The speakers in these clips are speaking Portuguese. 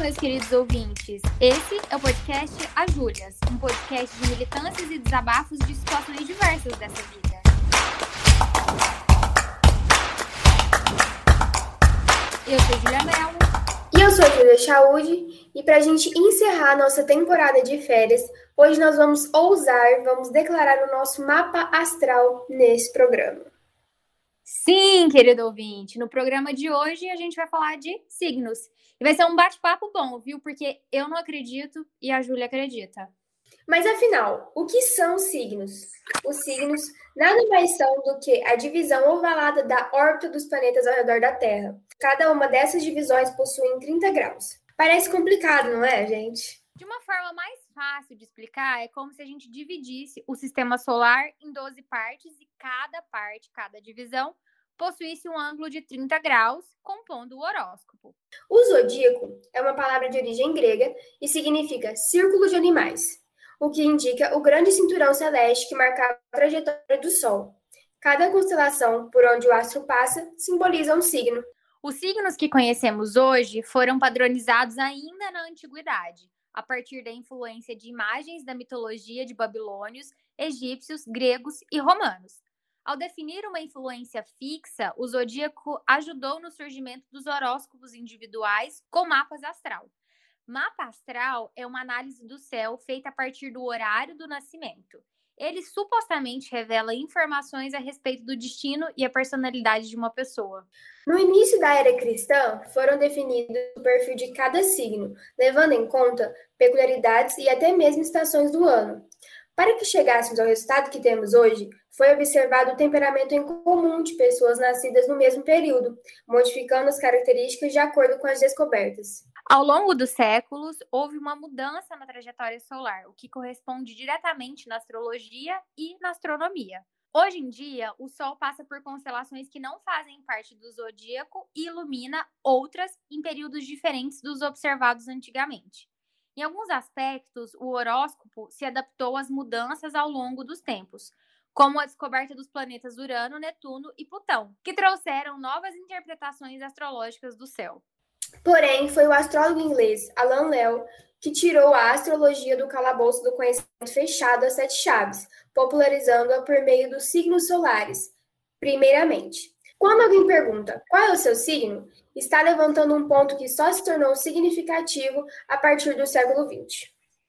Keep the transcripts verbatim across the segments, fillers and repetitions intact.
meus queridos ouvintes. Esse é o podcast A Júlias, um podcast de militâncias e desabafos de situações diversas dessa vida. Eu sou Julia Mello. E eu sou a Júlia Chaude. E para a gente encerrar a nossa temporada de férias, hoje nós vamos ousar, vamos declarar o nosso mapa astral nesse programa. Sim, querido ouvinte, no programa de hoje a gente vai falar de signos. E vai ser um bate-papo bom, viu? Porque eu não acredito e a Júlia acredita. Mas afinal, o que são signos? Os signos nada mais são do que a divisão ovalada da órbita dos planetas ao redor da Terra. Cada uma dessas divisões possui trinta graus. Parece complicado, não é, gente? De uma forma mais fácil de explicar, é como se a gente dividisse o sistema solar em doze partes e cada parte, cada divisão, possuísse um ângulo de trinta graus, compondo o horóscopo. O zodíaco é uma palavra de origem grega e significa círculo de animais, o que indica o grande cinturão celeste que marcava a trajetória do Sol. Cada constelação por onde o astro passa simboliza um signo. Os signos que conhecemos hoje foram padronizados ainda na antiguidade, a partir da influência de imagens da mitologia de babilônios, egípcios, gregos e romanos. Ao definir uma influência fixa, o zodíaco ajudou no surgimento dos horóscopos individuais com mapas astral. Mapa astral é uma análise do céu feita a partir do horário do nascimento. Ele supostamente revela informações a respeito do destino e a personalidade de uma pessoa. No início da era cristã, foram definidos o perfil de cada signo, levando em conta peculiaridades e até mesmo estações do ano. Para que chegássemos ao resultado que temos hoje, foi observado o temperamento em comum de pessoas nascidas no mesmo período, modificando as características de acordo com as descobertas. Ao longo dos séculos, houve uma mudança na trajetória solar, o que corresponde diretamente na astrologia e na astronomia. Hoje em dia, o Sol passa por constelações que não fazem parte do zodíaco e ilumina outras em períodos diferentes dos observados antigamente. Em alguns aspectos, o horóscopo se adaptou às mudanças ao longo dos tempos, como a descoberta dos planetas Urano, Netuno e Plutão, que trouxeram novas interpretações astrológicas do céu. Porém, foi o astrólogo inglês Alan Lee que tirou a astrologia do calabouço do conhecimento fechado às sete chaves, popularizando-a por meio dos signos solares, primeiramente. Quando alguém pergunta qual é o seu signo, está levantando um ponto que só se tornou significativo a partir do século vinte.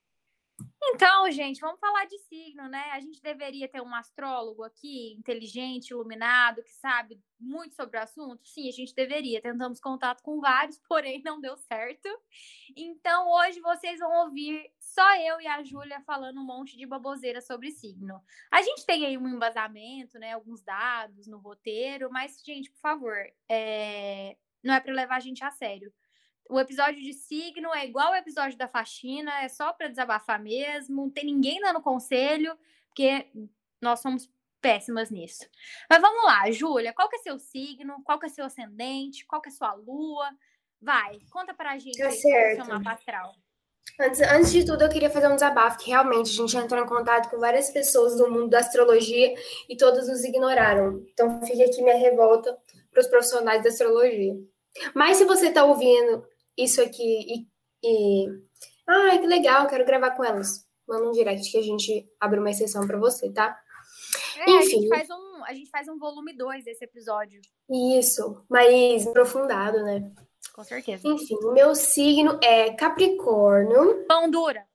Então, gente, vamos falar de signo, né? A gente deveria ter um astrólogo aqui, inteligente, iluminado, que sabe muito sobre o assunto? Sim, a gente deveria. Tentamos contato com vários, porém não deu certo. Então, hoje vocês vão ouvir só eu e a Júlia falando um monte de baboseira sobre signo. A gente tem aí um embasamento, né? Alguns dados no roteiro, mas, gente, por favor, é... não é para levar a gente a sério. O episódio de signo é igual o episódio da faxina, é só para desabafar mesmo, não tem ninguém dando conselho, porque nós somos péssimas nisso. Mas vamos lá, Júlia, qual que é seu signo? Qual que é seu ascendente? Qual que é sua lua? Vai, conta pra gente Tá aí certo. o seu mapa astral. Antes, antes de tudo, eu queria fazer um desabafo, que realmente a gente entrou em contato com várias pessoas do mundo da astrologia e todos nos ignoraram. Então fica aqui minha revolta para os profissionais da astrologia. Mas se você está ouvindo isso aqui e, e... Ah, que legal, quero gravar com elas. Manda um direct que a gente abre uma exceção para você, tá? É, Enfim. A gente faz um, a gente faz um volume dois desse episódio. Isso, mais aprofundado, né? Com certeza. Enfim, o meu signo é Capricórnio. Pão dura.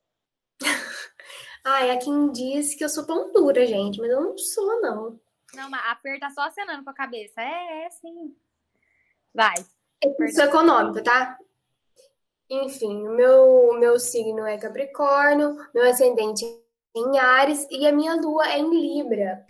Ai, há quem diz que eu sou pão dura, gente, mas eu não sou, não. Não, mas a Fer tá só acenando com a cabeça. É, é sim. Vai. Eu sou econômica, tá? Enfim, o meu, meu signo é Capricórnio, meu ascendente é em Áries e a minha lua é em Libra.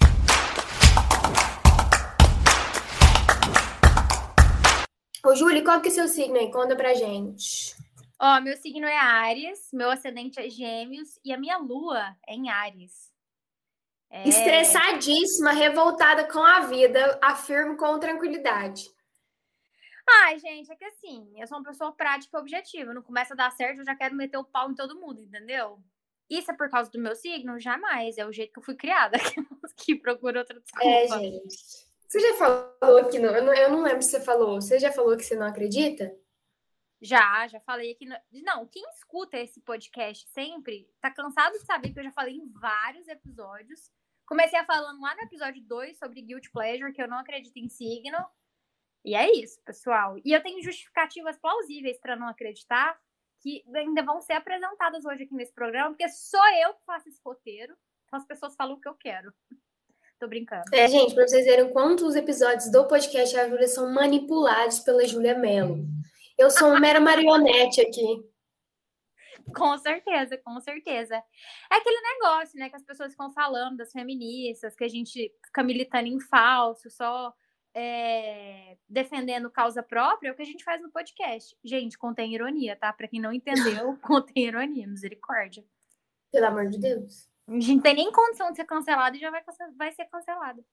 Ô, Júlia, qual que é seu signo aí? Conta pra gente. Ó, meu signo é Áries, meu ascendente é Gêmeos e a minha lua é em Áries. É... Estressadíssima, revoltada com a vida, afirmo com tranquilidade. Ai, gente, é que assim, eu sou uma pessoa prática e objetiva. Não começa a dar certo, eu já quero meter o pau em todo mundo, entendeu? Isso é por causa do meu signo? Jamais. É o jeito que eu fui criada. Que procura outra desculpa. É, gente. Você já falou que não, eu não... Eu não lembro se você falou. Você já falou que você não acredita? Já, já falei aqui. No... Não, quem escuta esse podcast sempre tá cansado de saber que eu já falei em vários episódios. Comecei a falando lá no episódio dois sobre Guilty Pleasure, que eu não acredito em signo. E é isso, pessoal. E eu tenho justificativas plausíveis para não acreditar, que ainda vão ser apresentadas hoje aqui nesse programa, porque sou eu que faço esse roteiro. Então as pessoas falam o que eu quero. Tô brincando. É, gente, para vocês verem quantos episódios do podcast A Júlia são manipulados pela Júlia Mello. Eu sou uma mera marionete aqui. Com certeza, com certeza. É aquele negócio, né, que as pessoas ficam falando das feministas, que a gente fica militando em falso, só é, defendendo causa própria, é o que a gente faz no podcast. Gente, contém ironia, tá? Pra quem não entendeu, contém ironia, misericórdia. Pelo amor de Deus. A gente não tem nem condição de ser cancelado e já vai, vai ser cancelado.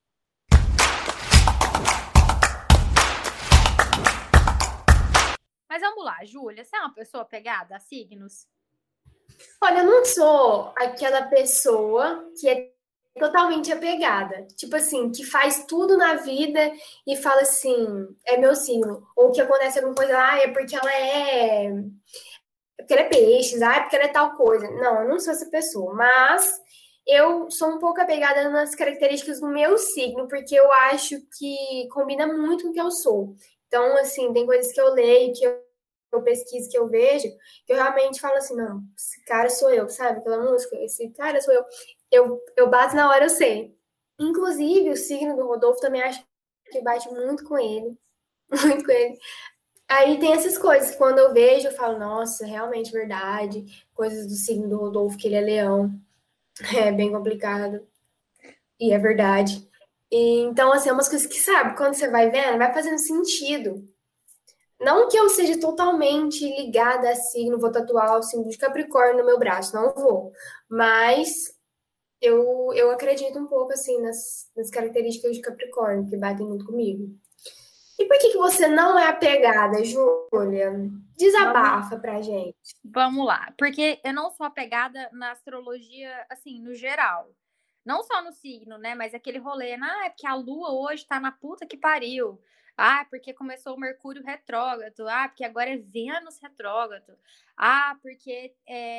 Mas vamos lá, Júlia, você é uma pessoa pegada a signos? Olha, eu não sou aquela pessoa que é totalmente apegada. Tipo assim, que faz tudo na vida e fala assim, é meu signo. Ou que acontece alguma coisa, ah, é porque ela é... é porque ela é peixes, ah, é porque ela é tal coisa. Não, eu não sou essa pessoa. Mas eu sou um pouco apegada nas características do meu signo, porque eu acho que combina muito com o que eu sou. Então, assim, tem coisas que eu leio, que eu eu pesquiso, que eu vejo, que eu realmente falo assim, não, esse cara sou eu, sabe? Aquela música, esse cara sou eu. Eu, eu bato na hora, eu sei. Inclusive, o signo do Rodolfo também acho que bate muito com ele. Muito com ele. Aí tem essas coisas que quando eu vejo, eu falo, nossa, realmente verdade. Coisas do signo do Rodolfo, que ele é leão. É bem complicado. E é verdade. E, então, assim, é umas coisas que, sabe, quando você vai vendo, vai fazendo sentido. Não que eu seja totalmente ligada a signo, vou tatuar o signo de Capricórnio no meu braço, não vou. Mas eu, eu acredito um pouco, assim, nas, nas características de Capricórnio, que batem muito comigo. E por que, que você não é apegada, Júlia? Desabafa Vamos... pra gente. Vamos lá. Porque eu não sou apegada na astrologia, assim, no geral. Não só no signo, né? Mas aquele rolê, ah, é porque a lua hoje tá na puta que pariu. Ah, porque começou o Mercúrio retrógrado. Ah, porque agora é Vênus retrógrado. Ah, porque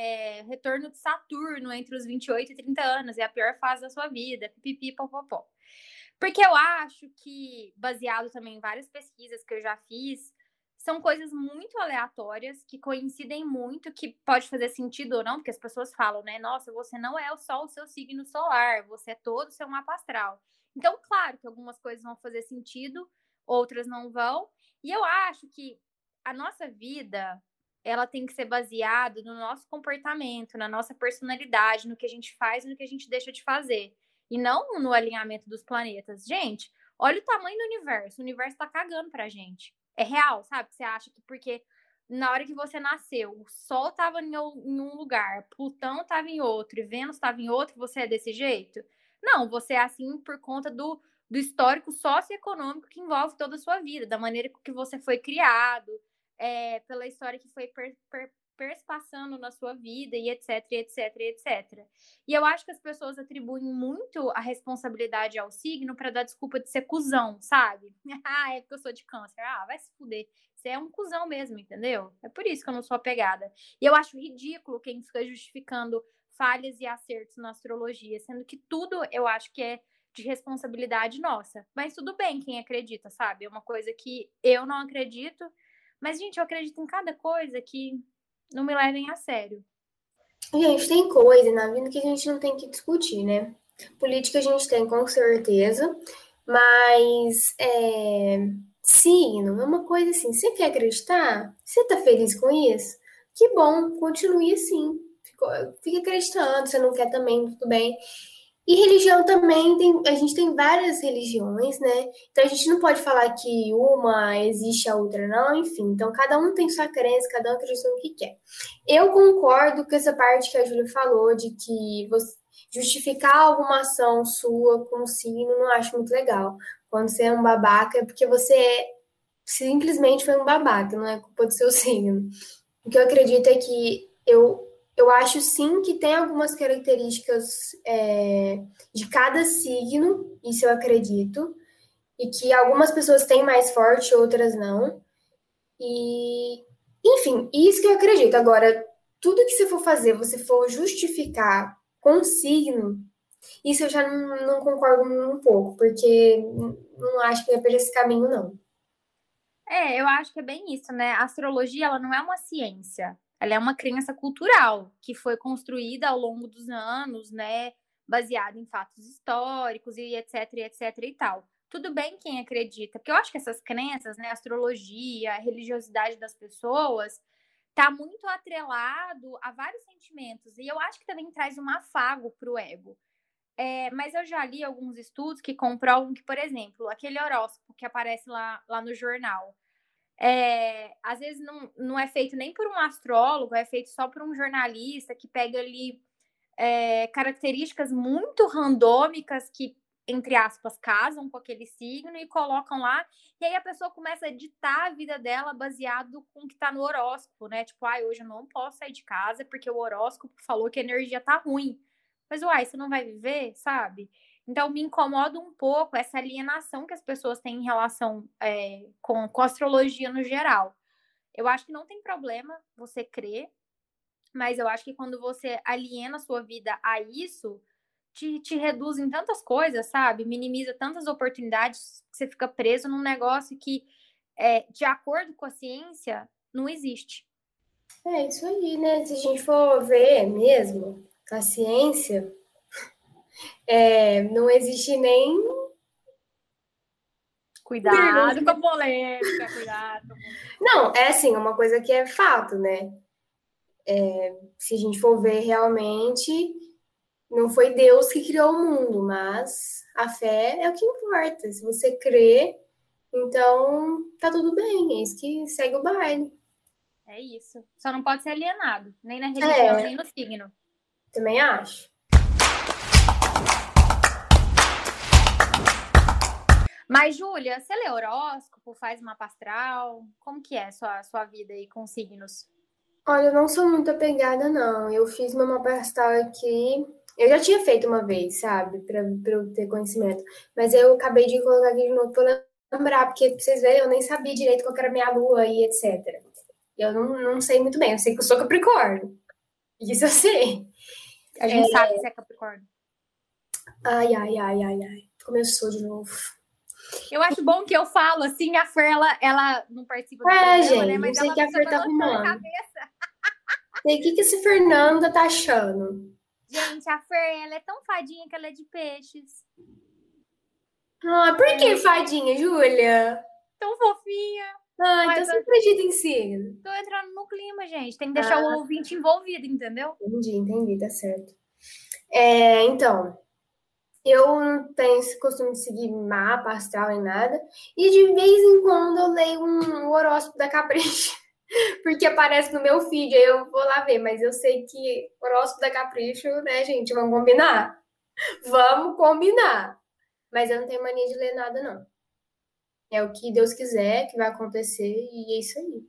é retorno de Saturno entre os vinte e oito e trinta anos. É a pior fase da sua vida. Pipipi, popopó. Porque eu acho que, baseado também em várias pesquisas que eu já fiz, são coisas muito aleatórias, que coincidem muito, que pode fazer sentido ou não, porque as pessoas falam, né? Nossa, você não é só o seu signo solar, você é todo o seu mapa astral. Então, claro que algumas coisas vão fazer sentido, outras não vão. E eu acho que a nossa vida, ela tem que ser baseada no nosso comportamento, na nossa personalidade, no que a gente faz e no que a gente deixa de fazer. E não no alinhamento dos planetas. Gente, olha o tamanho do universo. O universo tá cagando pra gente. É real, sabe? Você acha que porque na hora que você nasceu, o Sol estava em um lugar, Plutão estava em outro e Vênus estava em outro, você é desse jeito? Não, você é assim por conta do, do histórico socioeconômico que envolve toda a sua vida, da maneira que você foi criado, é, pela história que foi per, per, perspassando na sua vida e etc, etc, etc. E eu acho que as pessoas atribuem muito a responsabilidade ao signo para dar desculpa de ser cuzão, sabe? Ah, é porque eu sou de câncer. Ah, vai se fuder. Você é um cuzão mesmo, entendeu? É por isso que eu não sou apegada. E eu acho ridículo quem fica justificando falhas e acertos na astrologia, sendo que tudo eu acho que é de responsabilidade nossa. Mas tudo bem quem acredita, sabe? É uma coisa que eu não acredito. Mas, gente, eu acredito em cada coisa que não me levem a sério. Gente, tem coisa na vida que a gente não tem que discutir, né? Política a gente tem, com certeza, mas é, signo é uma coisa assim, você quer acreditar? Você tá feliz com isso? Que bom, continue assim. Fica acreditando, você não quer também, tudo bem. E religião também, tem, a gente tem várias religiões, né? Então a gente não pode falar que uma existe a outra, não, enfim. Então cada um tem sua crença, cada um acredita no que quer. Eu concordo com essa parte que a Júlia falou, de que você justificar alguma ação sua com o signo, não acho muito legal. Quando você é um babaca, é porque você simplesmente foi um babaca, não é culpa do seu signo. O que eu acredito é que eu Eu acho sim que tem algumas características é, de cada signo, isso eu acredito, e que algumas pessoas têm mais forte, outras não. E Enfim, isso que eu acredito. Agora, tudo que você for fazer, você for justificar com signo, isso eu já não, não concordo um pouco, porque não acho que é por esse caminho, não. É, eu acho que é bem isso, né? A astrologia, ela não é uma ciência. Ela é uma crença cultural que foi construída ao longo dos anos, né? Baseada em fatos históricos e etc, e etc e tal. Tudo bem quem acredita, porque eu acho que essas crenças, né? A astrologia, a religiosidade das pessoas, tá muito atrelado a vários sentimentos. E eu acho que também traz um afago pro ego. É, mas eu já li alguns estudos que comprovam que, por exemplo, aquele horóscopo que aparece lá, lá no jornal, é, às vezes não, não é feito nem por um astrólogo, é feito só por um jornalista que pega ali é, características muito randômicas que, entre aspas, casam com aquele signo e colocam lá, e aí a pessoa começa a editar a vida dela baseado com o que tá no horóscopo, né? Tipo, ai, ah, hoje eu não posso sair de casa porque o horóscopo falou que a energia tá ruim. Mas, uai, você não vai viver, sabe? Então, me incomoda um pouco essa alienação que as pessoas têm em relação é, com, com a astrologia no geral. Eu acho que não tem problema você crer, mas eu acho que quando você aliena a sua vida a isso, te, te reduz em tantas coisas, sabe? Minimiza tantas oportunidades que você fica preso num negócio que, é, de acordo com a ciência, não existe. É isso aí, né? Se a gente for ver mesmo, a ciência, é, não existe nem. Cuidado com a polêmica, cuidado com a polêmica. Não, é assim, uma coisa que é fato, né? É, se a gente for ver realmente, não foi Deus que criou o mundo, mas a fé é o que importa. Se você crê, então tá tudo bem, é isso que segue o baile. É isso. Só não pode ser alienado, nem na religião, É, nem no signo. também acho. Mas, Júlia, você lê horóscopo, faz mapa astral? Como que é a sua, sua vida aí com signos? Olha, eu não sou muito apegada, não. Eu fiz meu mapa astral aqui. Eu já tinha feito uma vez, sabe? Pra, pra eu ter conhecimento. Mas eu acabei de colocar aqui de novo pra lembrar, porque pra vocês verem, eu nem sabia direito qual era a minha lua e etcétera. Eu não, não sei muito bem. Eu sei que eu sou Capricórnio. Isso eu sei. A gente é... sabe que você é Capricórnio. Ai, ai, ai, ai, ai. Começou de novo. Eu acho bom que eu falo, assim, a Fer, ela, ela não participa do é, programa, gente, né? Mas não sei ela que a fica Fer tá balançando a arrumando. cabeça. Sei o que, que esse Fernanda tá achando. Gente, a Fer, ela é tão fadinha que ela é de peixes. Ah, por é. que fadinha, Júlia? Tão fofinha. Ah, então você acredita em signo. Tô entrando no clima, gente. Tem que deixar ah. o ouvinte envolvido, entendeu? Entendi, entendi, tá certo. É, então, eu não tenho esse costume de seguir mapa astral em nada. E de vez em quando eu leio um horóscopo da Capricho. Porque aparece no meu feed, aí eu vou lá ver. Mas eu sei que horóscopo da Capricho, né, gente? Vamos combinar? Vamos combinar. Mas eu não tenho mania de ler nada, não. É o que Deus quiser que vai acontecer e é isso aí.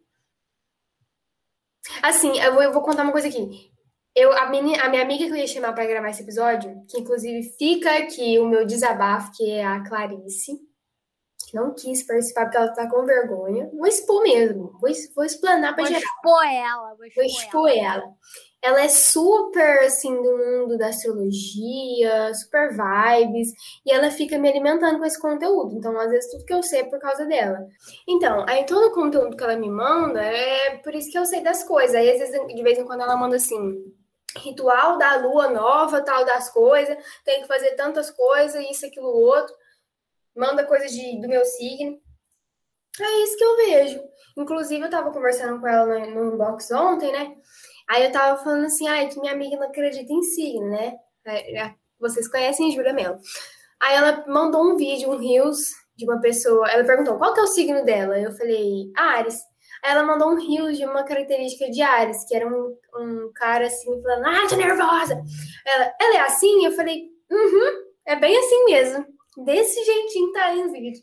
Assim, eu vou, eu vou contar uma coisa aqui. Eu, a, minha, a minha amiga que eu ia chamar para gravar esse episódio, que inclusive fica aqui o meu desabafo, que é a Clarice, que não quis participar porque ela tá com vergonha. Vou expor mesmo, vou, vou explanar pra geral. Expor ela, vou expor, vou expor ela. ela. Ela é super, assim, do mundo da astrologia, super vibes, e ela fica me alimentando com esse conteúdo. Então, às vezes, tudo que eu sei é por causa dela. Então, aí todo o conteúdo que ela me manda é por isso que eu sei das coisas. Aí, às vezes, de vez em quando, ela manda assim, ritual da lua nova, tal das coisas, tem que fazer tantas coisas, isso, aquilo, outro. Manda coisas de, do meu signo. É isso que eu vejo. Inclusive, eu tava conversando com ela no, no inbox ontem, né? Aí eu tava falando assim, ai, que minha amiga não acredita em signo, né? Vocês conhecem a Júlia Mello. Aí ela mandou um vídeo, um Reels de uma pessoa. Ela perguntou, qual que é o signo dela? Eu falei, Ares. Aí ela mandou um Reels de uma característica de Ares, que era um, um cara assim, falando, ah, tô nervosa. Ela, ela é assim? Eu falei, uhum, é bem assim mesmo. Desse jeitinho tá aí no vídeo.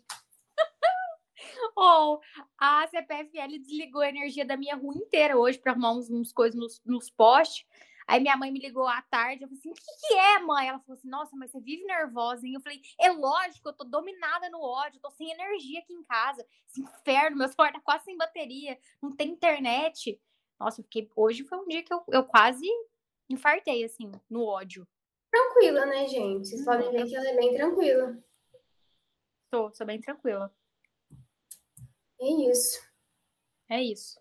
Oh, a C P F L desligou a energia da minha rua inteira hoje para arrumar uns, uns coisas nos, nos postes. Aí minha mãe me ligou à tarde, eu falei assim, o que que é, mãe? Ela falou assim, nossa, mas você vive nervosa, hein? Eu falei, é lógico, eu tô dominada no ódio, eu tô sem energia aqui em casa. Esse inferno, meu celular tá quase sem bateria, não tem internet. Nossa, eu fiquei... Hoje foi um dia que eu, eu quase infartei, assim, no ódio. Tranquila, né, gente? Vocês Hum, podem ver que ela é bem tranquila. Tô, sou bem tranquila. É isso. É isso.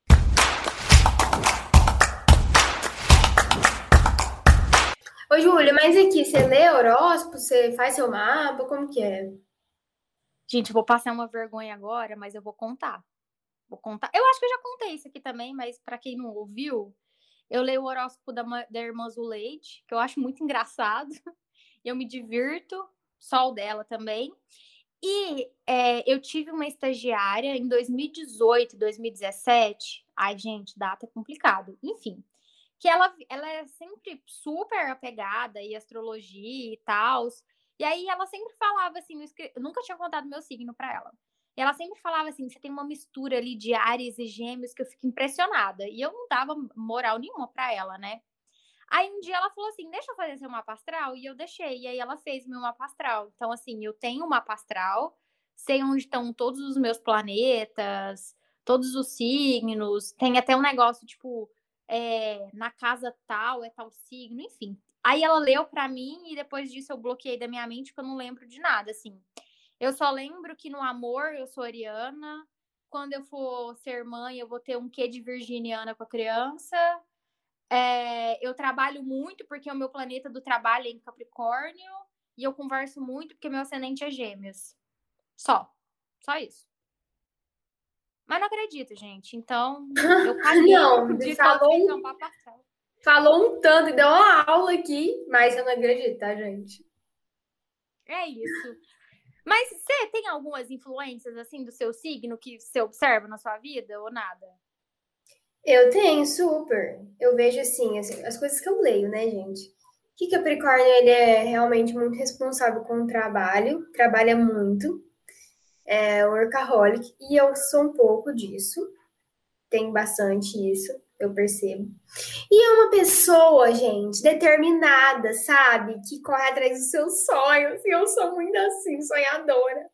Ô, Júlia, mas aqui, você lê horóscopo? Você faz seu mapa? Como que é? Gente, eu vou passar uma vergonha agora, mas eu vou contar. Vou contar. Eu acho que eu já contei isso aqui também, mas pra quem não ouviu, eu leio o horóscopo da, da irmã Zuleide, que eu acho muito engraçado. Eu me divirto, só o dela também. E é, eu tive uma estagiária em dois mil e dezoito, dois mil e dezessete. Ai, gente, data é complicado. Enfim, que ela, ela é sempre super apegada em astrologia e tal. E aí ela sempre falava assim, no escri- eu nunca tinha contado meu signo pra ela. E ela sempre falava assim, você tem uma mistura ali de Áries e Gêmeos que eu fico impressionada. E eu não dava moral nenhuma pra ela, né? Aí um dia ela falou assim, deixa eu fazer seu mapa astral, e eu deixei. E aí ela fez meu mapa astral. Então, assim, eu tenho um mapa astral, sei onde estão todos os meus planetas, todos os signos, tem até um negócio, tipo, é, na casa tal, é tal signo, enfim. Aí ela leu pra mim e depois disso eu bloqueei da minha mente, porque eu não lembro de nada, assim. Eu só lembro que no amor eu sou ariana, quando eu for ser mãe eu vou ter um quê de virginiana com a criança. É, eu trabalho muito porque o meu planeta do trabalho é em Capricórnio e eu converso muito porque meu ascendente é Gêmeos. Só. Só isso. Mas não acredito, gente. Então, eu caguei Não, de quando fez meu falou, mapa astral. falou um tanto e deu uma aula aqui, mas eu não acredito, tá, gente? É isso. Mas você tem algumas influências, assim, do seu signo que você observa na sua vida ou nada? Eu tenho, super. Eu vejo assim, as, as coisas que eu leio, né, gente? Que Capricórnio, ele é realmente muito responsável com o trabalho, trabalha muito, é workaholic, e eu sou um pouco disso, tem bastante isso, eu percebo. E é uma pessoa, gente, determinada, sabe? Que corre atrás dos seus sonhos, e eu sou muito assim, sonhadora.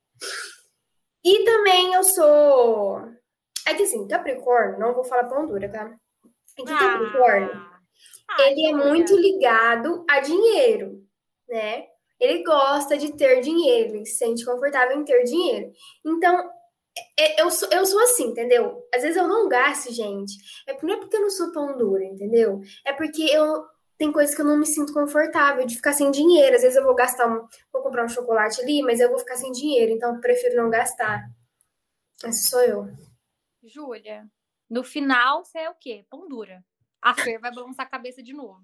E também eu sou... É que assim, Capricórnio, não vou falar pão dura, tá? É que Capricórnio, Ah, ah, ele é muito Júlia. ligado a dinheiro, né? Ele gosta de ter dinheiro, ele se sente confortável em ter dinheiro. Então, é- eu sou, eu sou assim, entendeu? Às vezes eu não gasto, gente. É, não é porque eu não sou pão dura, entendeu? É porque eu tem coisas que eu não me sinto confortável de ficar sem dinheiro. Às vezes eu vou gastar um, vou comprar um chocolate ali, mas eu vou ficar sem dinheiro, então eu prefiro não gastar. Essa sou eu. Júlia, no final você é o quê? Pão dura. A Fer vai balançar a cabeça de novo.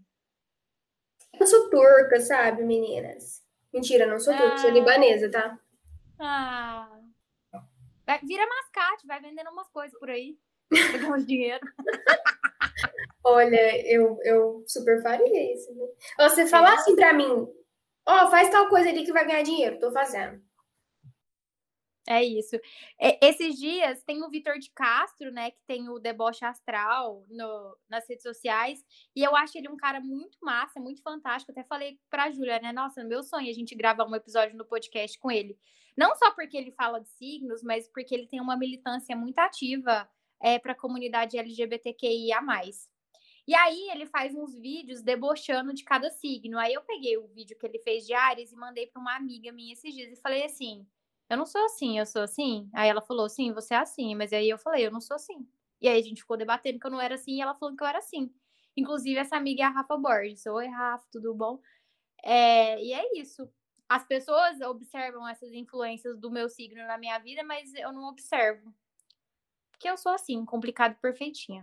Eu sou turca, sabe, meninas? Mentira, não sou turca, sou Ah, libanesa, tá? ah. Vai, vira mascate, vai vendendo umas coisas por aí pra ganhar uns dinheiro. Olha, eu, eu super faria isso, né? Você falar É. assim pra mim, ó, oh, faz tal coisa ali que vai ganhar dinheiro, tô fazendo. É isso. É, esses dias tem o Vitor de Castro, né, que tem o Deboche Astral no, nas redes sociais, e eu acho ele um cara muito massa, muito fantástico. Até falei pra Júlia, né, nossa, meu sonho é a gente gravar um episódio no podcast com ele. Não só porque ele fala de signos, mas porque ele tem uma militância muito ativa é, para a comunidade L G B T Q I A mais. E aí ele faz uns vídeos debochando de cada signo. Aí eu peguei o vídeo que ele fez de Ares e mandei para uma amiga minha esses dias e falei assim: eu não sou assim, eu sou assim. Aí ela falou: sim, você é assim. Mas aí eu falei: eu não sou assim. E aí a gente ficou debatendo que eu não era assim e ela falou que eu era assim. Inclusive, essa amiga é a Rafa Borges. Oi, Rafa, tudo bom? É, e é isso. As pessoas observam essas influências do meu signo na minha vida, mas eu não observo. Porque eu sou assim, complicado e perfeitinha.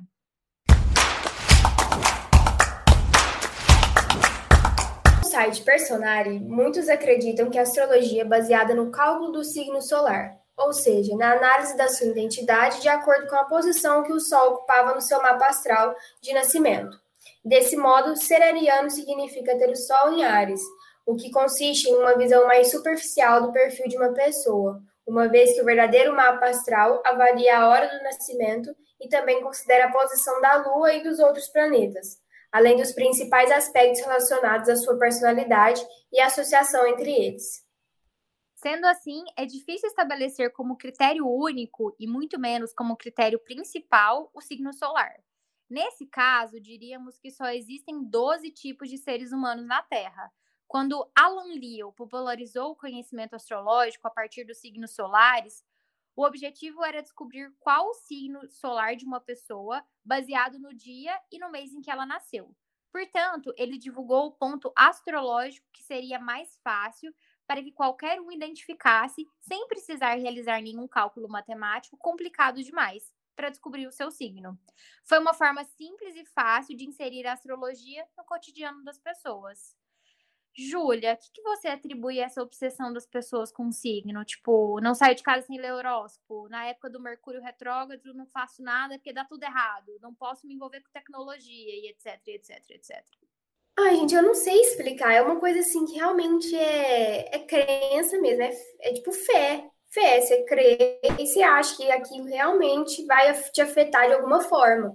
No site Personari, muitos acreditam que a astrologia é baseada no cálculo do signo solar, ou seja, na análise da sua identidade de acordo com a posição que o Sol ocupava no seu mapa astral de nascimento. Desse modo, ser ariano significa ter o Sol em Áries, o que consiste em uma visão mais superficial do perfil de uma pessoa, uma vez que o verdadeiro mapa astral avalia a hora do nascimento e também considera a posição da Lua e dos outros planetas. além dos principais aspectos relacionados à sua personalidade e a associação entre eles. Sendo assim, é difícil estabelecer como critério único e muito menos como critério principal o signo solar. Nesse caso, diríamos que só existem doze tipos de seres humanos na Terra. Quando Alan Leal popularizou o conhecimento astrológico a partir dos signos solares, o objetivo era descobrir qual o signo solar de uma pessoa, baseado no dia e no mês em que ela nasceu. Portanto, ele divulgou o ponto astrológico que seria mais fácil para que qualquer um identificasse, sem precisar realizar nenhum cálculo matemático complicado demais, para descobrir o seu signo. Foi uma forma simples e fácil de inserir a astrologia no cotidiano das pessoas. Júlia, o que, que você atribui a essa obsessão das pessoas com o signo? Tipo, não saio de casa sem ler horóscopo. Na época do Mercúrio retrógrado, não faço nada porque dá tudo errado. Não posso me envolver com tecnologia e etc, etc, etc. Ai, gente, eu não sei explicar. É uma coisa assim que realmente é, é crença mesmo. É, é tipo fé. Fé, você crê e você acha que aquilo realmente vai te afetar de alguma forma.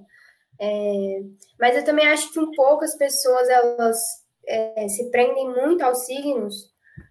É, mas eu também acho que um pouco as pessoas elas é, se prendem muito aos signos,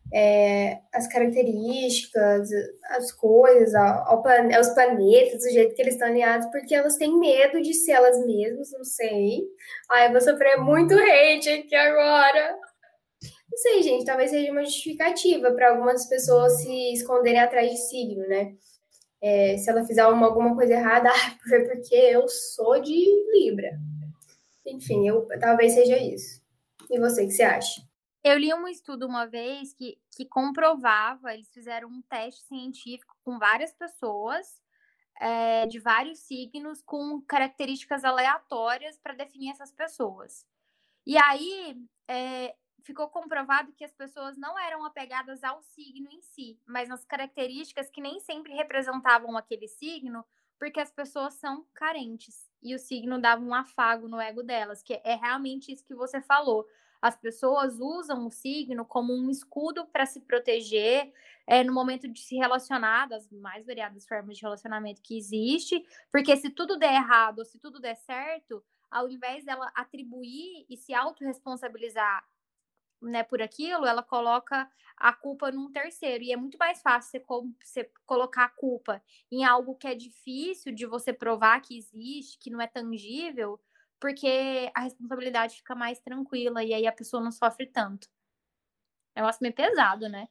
é, as características, as coisas, ao, ao plan, aos planetas, do jeito que eles estão alinhados, porque elas têm medo de ser elas mesmas, não sei. Ai, eu vou sofrer muito hate aqui agora. Não sei, gente, talvez seja uma justificativa para algumas pessoas se esconderem atrás de signo, né? É, se ela fizer uma, alguma coisa errada, ah, porque eu sou de Libra. Enfim, eu, talvez seja isso. E você, o que você acha? Eu li um estudo uma vez que, que comprovava, eles fizeram um teste científico com várias pessoas é, de vários signos com características aleatórias para definir essas pessoas. E aí é, ficou comprovado que as pessoas não eram apegadas ao signo em si, mas nas características que nem sempre representavam aquele signo, porque as pessoas são carentes. E o signo dava um afago no ego delas, que é realmente isso que você falou. As pessoas usam o signo como um escudo para se proteger é, no momento de se relacionar, das mais variadas formas de relacionamento que existe, porque se tudo der errado ou se tudo der certo, ao invés dela atribuir e se autorresponsabilizar, né, por aquilo, ela coloca a culpa num terceiro. E é muito mais fácil você, você colocar a culpa em algo que é difícil de você provar que existe, que não é tangível, porque a responsabilidade fica mais tranquila e aí a pessoa não sofre tanto. É um negócio meio pesado, né?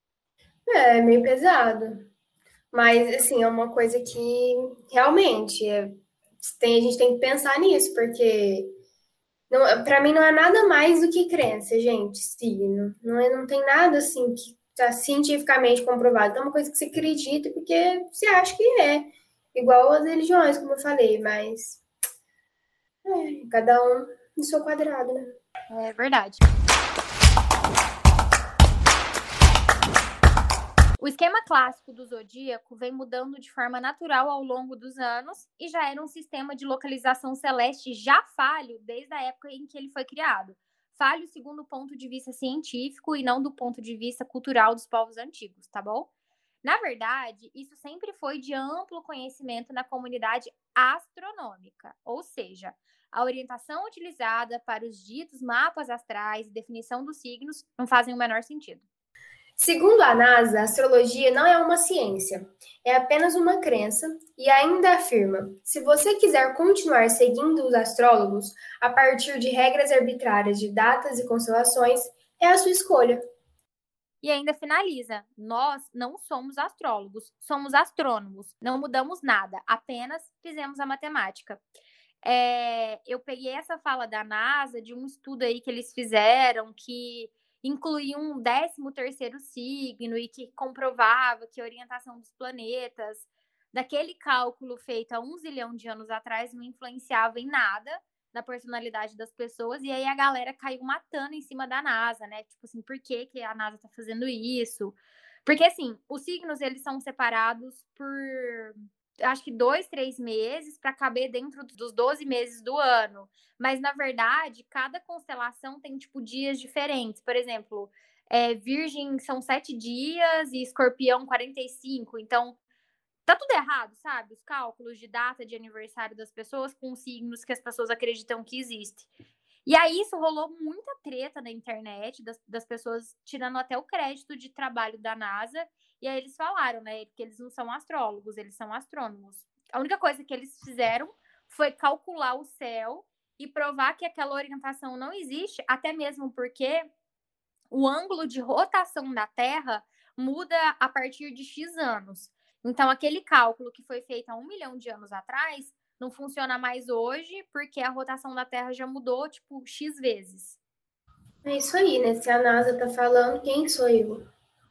É, é meio pesado. Mas, assim, é uma coisa que realmente é, tem, a gente tem que pensar nisso, porque não, para mim não é nada mais do que crença, gente, signo. Não, é, não tem nada assim que está cientificamente comprovado. É uma coisa que você acredita porque você acha que é. Igual as religiões, como eu falei, mas é, cada um no seu quadrado, né? É verdade. O esquema clássico do zodíaco vem mudando de forma natural ao longo dos anos e já era um sistema de localização celeste já falho desde a época em que ele foi criado. Falho segundo o ponto de vista científico e não do ponto de vista cultural dos povos antigos, tá bom? Na verdade, isso sempre foi de amplo conhecimento na comunidade astronômica, ou seja, a orientação utilizada para os ditos mapas astrais e definição dos signos não fazem o menor sentido. Segundo a NASA, a astrologia não é uma ciência, é apenas uma crença e ainda afirma: se você quiser continuar seguindo os astrólogos a partir de regras arbitrárias de datas e constelações, é a sua escolha. E ainda finaliza: nós não somos astrólogos, somos astrônomos, não mudamos nada, apenas fizemos a matemática. É, eu peguei essa fala da NASA de um estudo aí que eles fizeram que incluía um décimo terceiro signo e que comprovava que a orientação dos planetas, daquele cálculo feito há um zilhão de anos atrás, não influenciava em nada na personalidade das pessoas, e aí a galera caiu matando em cima da NASA, né? Tipo assim, por que, que a NASA tá fazendo isso? Porque, assim, os signos, eles são separados por, acho que dois, três meses para caber dentro dos doze meses do ano. Mas, na verdade, cada constelação tem, tipo, dias diferentes. Por exemplo, é, Virgem são sete dias e Escorpião quarenta e cinco. Então, tá tudo errado, sabe? Os cálculos de data de aniversário das pessoas com os signos que as pessoas acreditam que existe. E aí isso rolou muita treta na internet, das, das pessoas tirando até o crédito de trabalho da NASA. E aí eles falaram, né, que eles não são astrólogos, eles são astrônomos. A única coisa que eles fizeram foi calcular o céu e provar que aquela orientação não existe, até mesmo porque o ângulo de rotação da Terra muda a partir de X anos. Então, aquele cálculo que foi feito há um milhão de anos atrás não funciona mais hoje, porque a rotação da Terra já mudou, tipo, X vezes. É isso aí, né? Se a NASA tá falando, quem sou eu?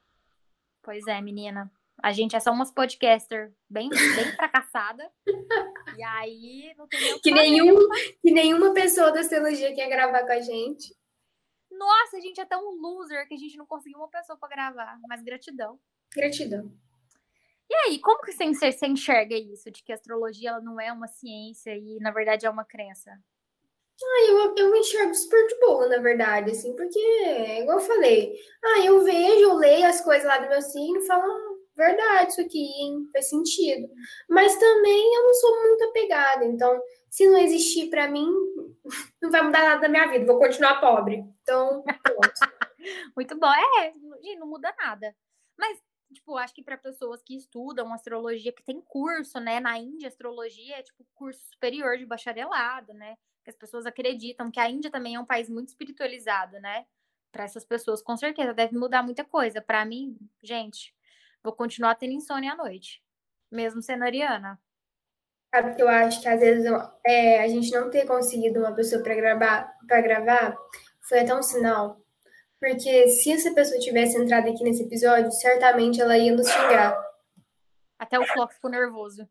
Pois é, menina. A gente é só umas podcaster bem, bem fracassada. E aí, não tem nem o que Que, fazer. nenhum, que nenhuma pessoa da astrologia quer gravar com a gente. Nossa, a gente é tão loser que a gente não conseguiu uma pessoa pra gravar. Mas gratidão. Gratidão. E aí, como que você, você enxerga isso? De que a astrologia ela não é uma ciência e, na verdade, é uma crença? Ah, eu, eu me enxergo super de boa, na verdade, assim, porque, igual eu falei, ah, eu vejo, eu leio as coisas lá do meu signo e falo, ah, verdade, isso aqui, hein, faz sentido. Mas também eu não sou muito apegada, então, se não existir pra mim, não vai mudar nada da minha vida, vou continuar pobre. Então, pronto. Muito bom. É, gente, não muda nada. Mas, tipo, acho que para pessoas que estudam astrologia, que tem curso, né? Na Índia, astrologia é tipo curso superior de bacharelado, né? Que as pessoas acreditam que a Índia também é um país muito espiritualizado, né? Para essas pessoas, com certeza, deve mudar muita coisa. Para mim, gente, vou continuar tendo insônia à noite, mesmo sendo ariana. Sabe que eu acho que às vezes eu- é, a gente não ter conseguido uma pessoa pra gravar, para gravar foi até um sinal. Porque se essa pessoa tivesse entrado aqui nesse episódio, certamente ela ia nos xingar. Até o Flock ficou nervoso.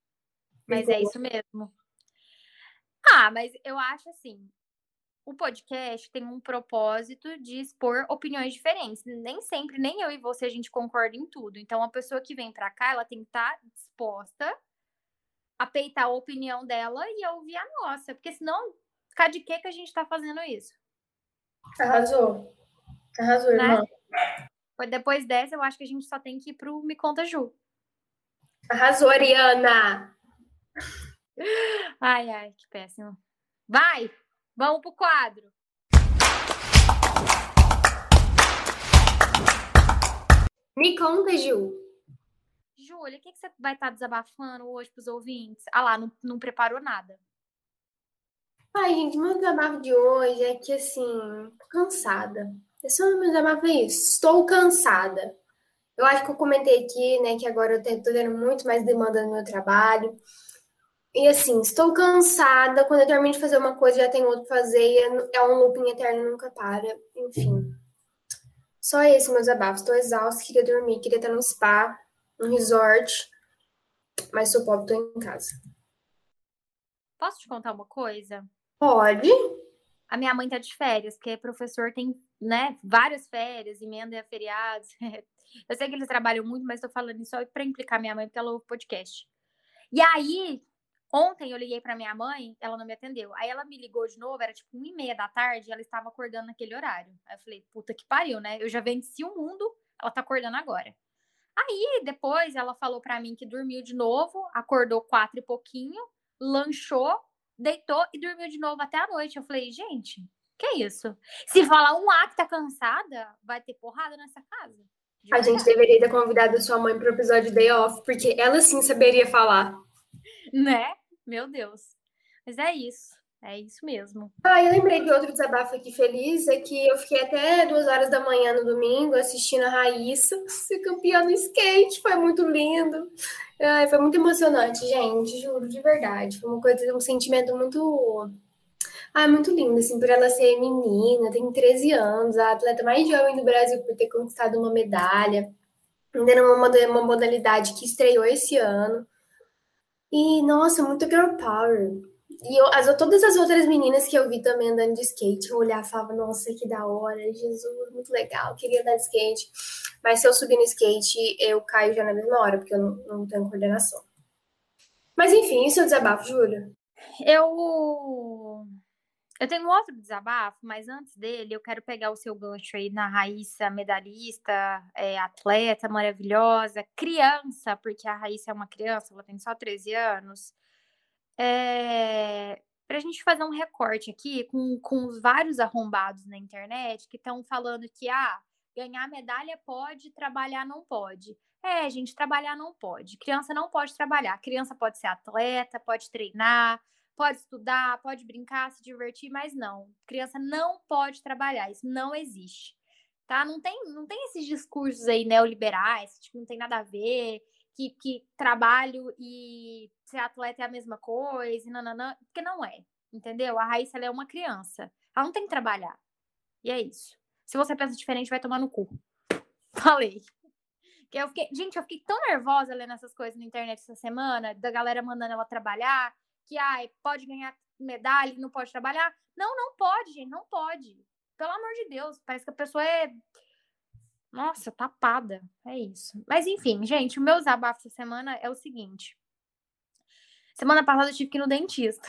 Mas é Ficou. isso mesmo. Ah, mas eu acho assim, o podcast tem um propósito de expor opiniões diferentes. Nem sempre, nem eu e você, a gente concorda em tudo. Então, a pessoa que vem pra cá, ela tem que estar disposta a peitar a opinião dela e a ouvir a nossa. Porque senão, ficar de que que a gente tá fazendo isso? Arrasou. Arrasou, Né? irmão. Depois dessa, eu acho que a gente só tem que ir pro Me Conta Ju. Arrasou, Ariana. Ai, ai, que péssimo. Vai! Vamos pro quadro. Me conta, Gil. Júlia, o que, que você vai estar desabafando hoje pros ouvintes? Ah lá, não, não preparou nada. Ai, gente, meu desabafo de hoje é que, assim, tô cansada. Esse é o meu desabafo, é isso. Estou cansada. Eu acho que eu comentei aqui, né, que agora eu tô tendo muito mais demanda no meu trabalho. E, assim, estou cansada. Quando eu termino de fazer uma coisa, já tem outra pra fazer. E é é um looping eterno, nunca para. Enfim. Só esse meu desabafo. Estou exausta, queria dormir, queria estar num spa, num resort. Mas sou pobre, tô em casa. Posso te contar uma coisa? Pode? A minha mãe tá de férias, porque professor tem, né, várias férias, emenda feriados. Eu sei que eles trabalham muito, mas tô falando isso só pra implicar minha mãe, porque ela ouve podcast. E aí, ontem eu liguei pra minha mãe, ela não me atendeu. Aí ela me ligou de novo, era tipo uma e meia da tarde, e ela estava acordando naquele horário. Aí eu falei, puta que pariu, né? Eu já venci o mundo, ela tá acordando agora. Aí, depois, ela falou pra mim que dormiu de novo, acordou quatro e pouquinho, lanchou, deitou e dormiu de novo até a noite. Eu falei, gente, que isso? Se falar um A que tá cansada, vai ter porrada nessa casa. De A gente verdade. deveria ter convidado sua mãe para o episódio Day Off, porque ela sim saberia falar. Né? Meu Deus. Mas é isso. É isso mesmo. Ah, eu lembrei de outro desabafo aqui feliz, é que eu fiquei até duas horas da manhã no domingo assistindo a Raíssa ser campeã no skate. Foi muito lindo. Ai, foi muito emocionante, gente, juro, de verdade. Foi uma coisa, um sentimento muito. Ah, muito lindo, assim, por ela ser menina, tem treze anos, a atleta mais jovem do Brasil por ter conquistado uma medalha. Ainda numa uma modalidade que estreou esse ano. E, nossa, muito girl power. E eu, as, todas as outras meninas que eu vi também andando de skate, eu olhava e falava, nossa, que da hora, Jesus, muito legal, queria andar de skate. Mas se eu subir no skate, eu caio já na mesma hora, porque eu não, não tenho coordenação. Mas enfim, isso é o desabafo, Júlia. Eu. Eu tenho um outro desabafo, mas antes dele, eu quero pegar o seu gancho aí na Raíssa, medalhista, é, atleta maravilhosa, criança, porque a Raíssa é uma criança, ela tem só treze anos. É, pra gente fazer um recorte aqui com, com os vários arrombados na internet que estão falando que, ah, ganhar medalha pode, trabalhar não pode. É, gente, trabalhar não pode. Criança não pode trabalhar. Criança pode ser atleta, pode treinar, pode estudar, pode brincar, se divertir, mas não. Criança não pode trabalhar. Isso não existe. Tá? Não tem, não tem esses discursos aí neoliberais, que não tem nada a ver, que, que trabalho e ser atleta é a mesma coisa, e nananã, porque não é, entendeu? A Raíssa, ela é uma criança. Ela não tem que trabalhar. E é isso. Se você pensa diferente, vai tomar no cu. Falei. Eu fiquei, gente, eu fiquei tão nervosa lendo essas coisas na internet essa semana, da galera mandando ela trabalhar, que ai, pode ganhar medalha e não pode trabalhar. Não, não pode, gente, não pode. Pelo amor de Deus, parece que a pessoa é... Nossa, tapada. É isso. Mas enfim, gente, o meu desabafo essa semana é o seguinte. Semana passada eu tive que ir no dentista.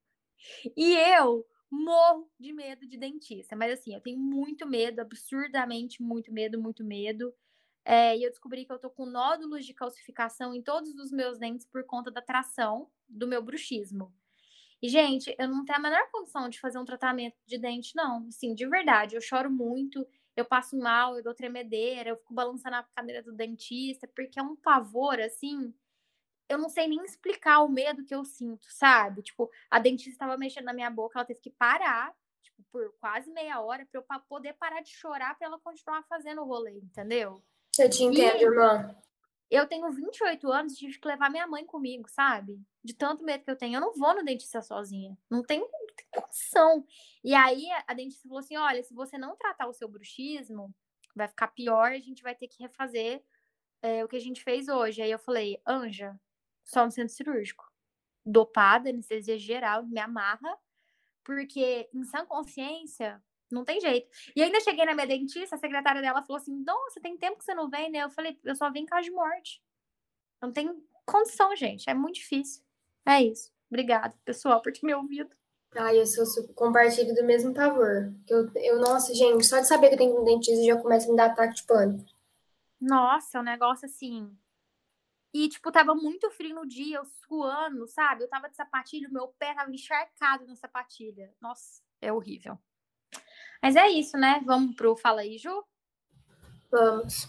E eu morro de medo de dentista. Mas assim, eu tenho muito medo, absurdamente muito medo, muito medo. É, e eu descobri que eu tô com nódulos de calcificação em todos os meus dentes por conta da tração do meu bruxismo. E, gente, eu não tenho a menor condição de fazer um tratamento de dente, não. Assim, de verdade, eu choro muito, eu passo mal, eu dou tremedeira, eu fico balançando a cadeira do dentista, porque é um pavor, assim, eu não sei nem explicar o medo que eu sinto, sabe? Tipo, a dentista estava mexendo na minha boca, ela teve que parar, tipo, por quase meia hora pra eu poder parar de chorar pra ela continuar fazendo o rolê, entendeu? Eu te entendo, E irmã. eu tenho vinte e oito anos e tive que levar minha mãe comigo, sabe? De tanto medo que eu tenho. Eu não vou no dentista sozinha. Não tem, não tem condição. E aí a dentista falou assim: olha, se você não tratar o seu bruxismo, vai ficar pior, a gente vai ter que refazer é, o que a gente fez hoje. Aí eu falei, Anja, só no centro cirúrgico. Dopada, anestesia geral, me amarra, porque em sã consciência. Não tem jeito. E ainda cheguei na minha dentista, a secretária dela falou assim: nossa, tem tempo que você não vem, né? Eu falei, eu só vim em caso de morte. Não tem condição, gente. É muito difícil. É isso. Obrigada, pessoal, por ter me ouvido. Ai, eu sou super, compartilho do mesmo pavor. Eu, eu, nossa, gente, só de saber que eu tenho um dentista já começa a me dar ataque de pânico. Nossa, é um negócio assim. E, tipo, tava muito frio no dia, eu suando, sabe? Eu tava de sapatilha, meu pé tava encharcado na sapatilha. Nossa, é horrível. Mas é isso, né? Vamos pro Fala aí, Ju? Vamos.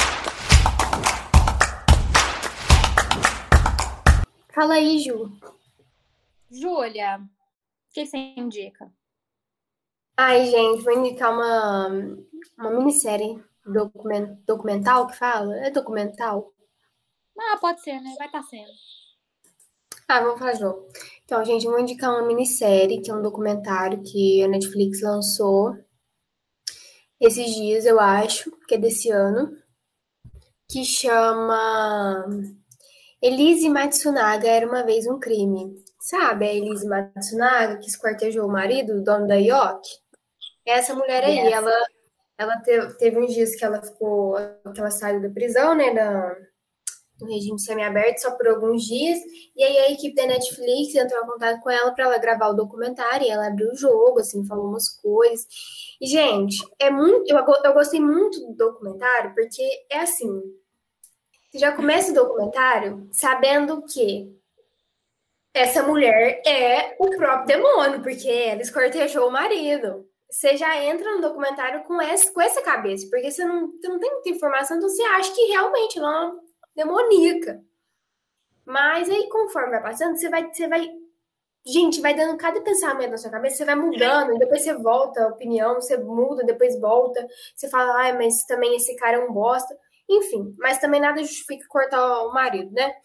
Fala aí, Ju. Júlia, o que você indica? Ai, gente, vou indicar uma, uma minissérie document, documental que fala? É documental? Ah, pode ser, né? Vai estar tá sendo. Ah, vamos falar de novo. Então, gente, eu vou indicar uma minissérie, que é um documentário que a Netflix lançou esses dias, eu acho, que é desse ano, que chama Elise Matsunaga Era Uma Vez um Crime. Sabe a Elise Matsunaga, que esquartejou o marido, o dono da Yoki? Essa mulher aí, Yes. ela, ela teve, teve uns dias que ela ficou, que ela saiu da prisão, né, da, no regime semiaberto, só por alguns dias, e aí a equipe da Netflix entrou em contato com ela para ela gravar o documentário, e ela abriu o jogo, assim, falou umas coisas. E, gente, é muito, eu, eu gostei muito do documentário, porque é assim, você já começa o documentário sabendo que essa mulher é o próprio demônio, porque ela escortejou o marido. Você já entra no documentário com essa, com essa cabeça, porque você não, você não tem muita informação, então você acha que realmente ela é uma demoníaca. Mas aí, conforme vai passando, você vai, você vai. Gente, vai dando cada pensamento na sua cabeça, você vai mudando, e depois você volta a opinião, você muda, depois volta, você fala, ai, mas também esse cara é um bosta. Enfim, mas também nada justifica cortar o marido, né?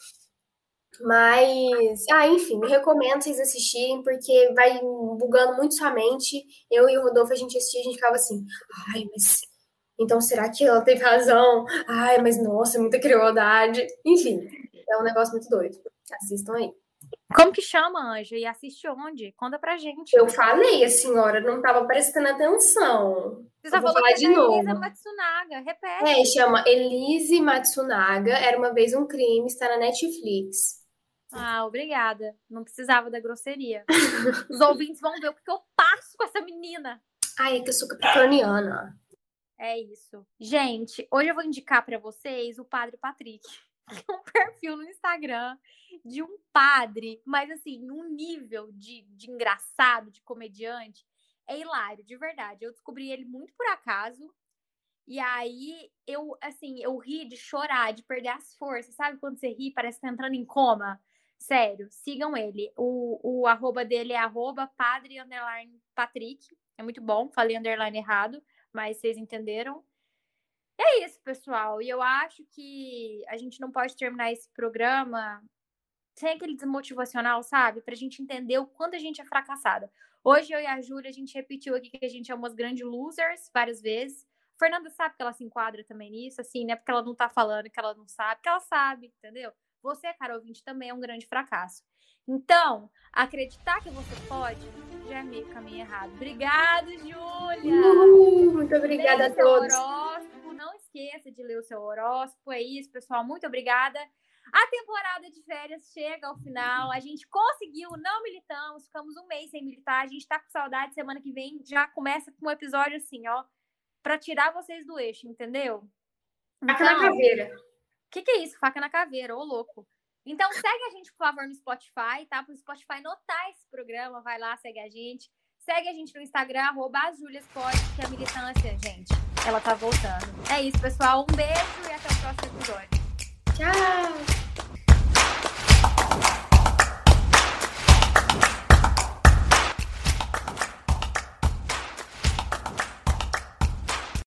Mas, ah, enfim, recomendo vocês assistirem, porque vai bugando muito sua mente. Eu e o Rodolfo, a gente assistia, a gente ficava assim, ai, mas então será que ela teve razão? Ai, mas nossa, muita crueldade. Enfim, é um negócio muito doido. Assistam aí. Como que chama, Anja? E assiste onde? Conta pra gente. Eu falei, a senhora não estava prestando atenção. Você Eu só vou falou falar que é de da Elisa novo. Matsunaga. É, Repete. chama Elise Matsunaga, Era Uma Vez um Crime, está na Netflix. Ah, obrigada. Não precisava da grosseria. Os ouvintes vão ver o que eu passo com essa menina. Ai, é que eu sou capricorniana. É isso. Gente, hoje eu vou indicar pra vocês o Padre Patrick. um perfil no Instagram de um padre, mas assim, um nível de, de engraçado, de comediante, é hilário, de verdade. Eu descobri ele muito por acaso. E aí, eu, assim, eu ri de chorar, de perder as forças. Sabe quando você ri, parece que tá entrando em coma? Sério, sigam ele. O, o arroba dele é arroba padre underline Patrick. É muito bom, falei underline errado, mas vocês entenderam. É isso, pessoal. E eu acho que a gente não pode terminar esse programa sem aquele desmotivacional, sabe? Pra gente entender o quanto a gente é fracassada. Hoje eu e a Júlia, a gente repetiu aqui que a gente é umas grandes losers várias vezes. A Fernanda sabe que ela se enquadra também nisso, assim, né? Porque ela não tá falando que ela não sabe, porque ela sabe, entendeu? Você, cara ouvinte, também é um grande fracasso. Então, acreditar que você pode já é meio caminho errado. Obrigada, Júlia! Uh, muito obrigada a todos. Horóscopo. Não esqueça de ler o seu horóscopo. É isso, pessoal. Muito obrigada. A temporada de férias chega ao final. A gente conseguiu, não militamos, ficamos um mês sem militar. A gente tá com saudade. Semana que vem já começa com um episódio assim, ó, pra tirar vocês do eixo, entendeu? Faca na caveira. O que, que é isso? Faca na caveira, ô louco. Então segue a gente, por favor, no Spotify, tá? Pro Spotify notar esse programa, vai lá, segue a gente. Segue a gente no Instagram, arroba ajuliaspod, que a militância, gente, ela tá voltando. É isso, pessoal. Um beijo e até o próximo episódio. Tchau!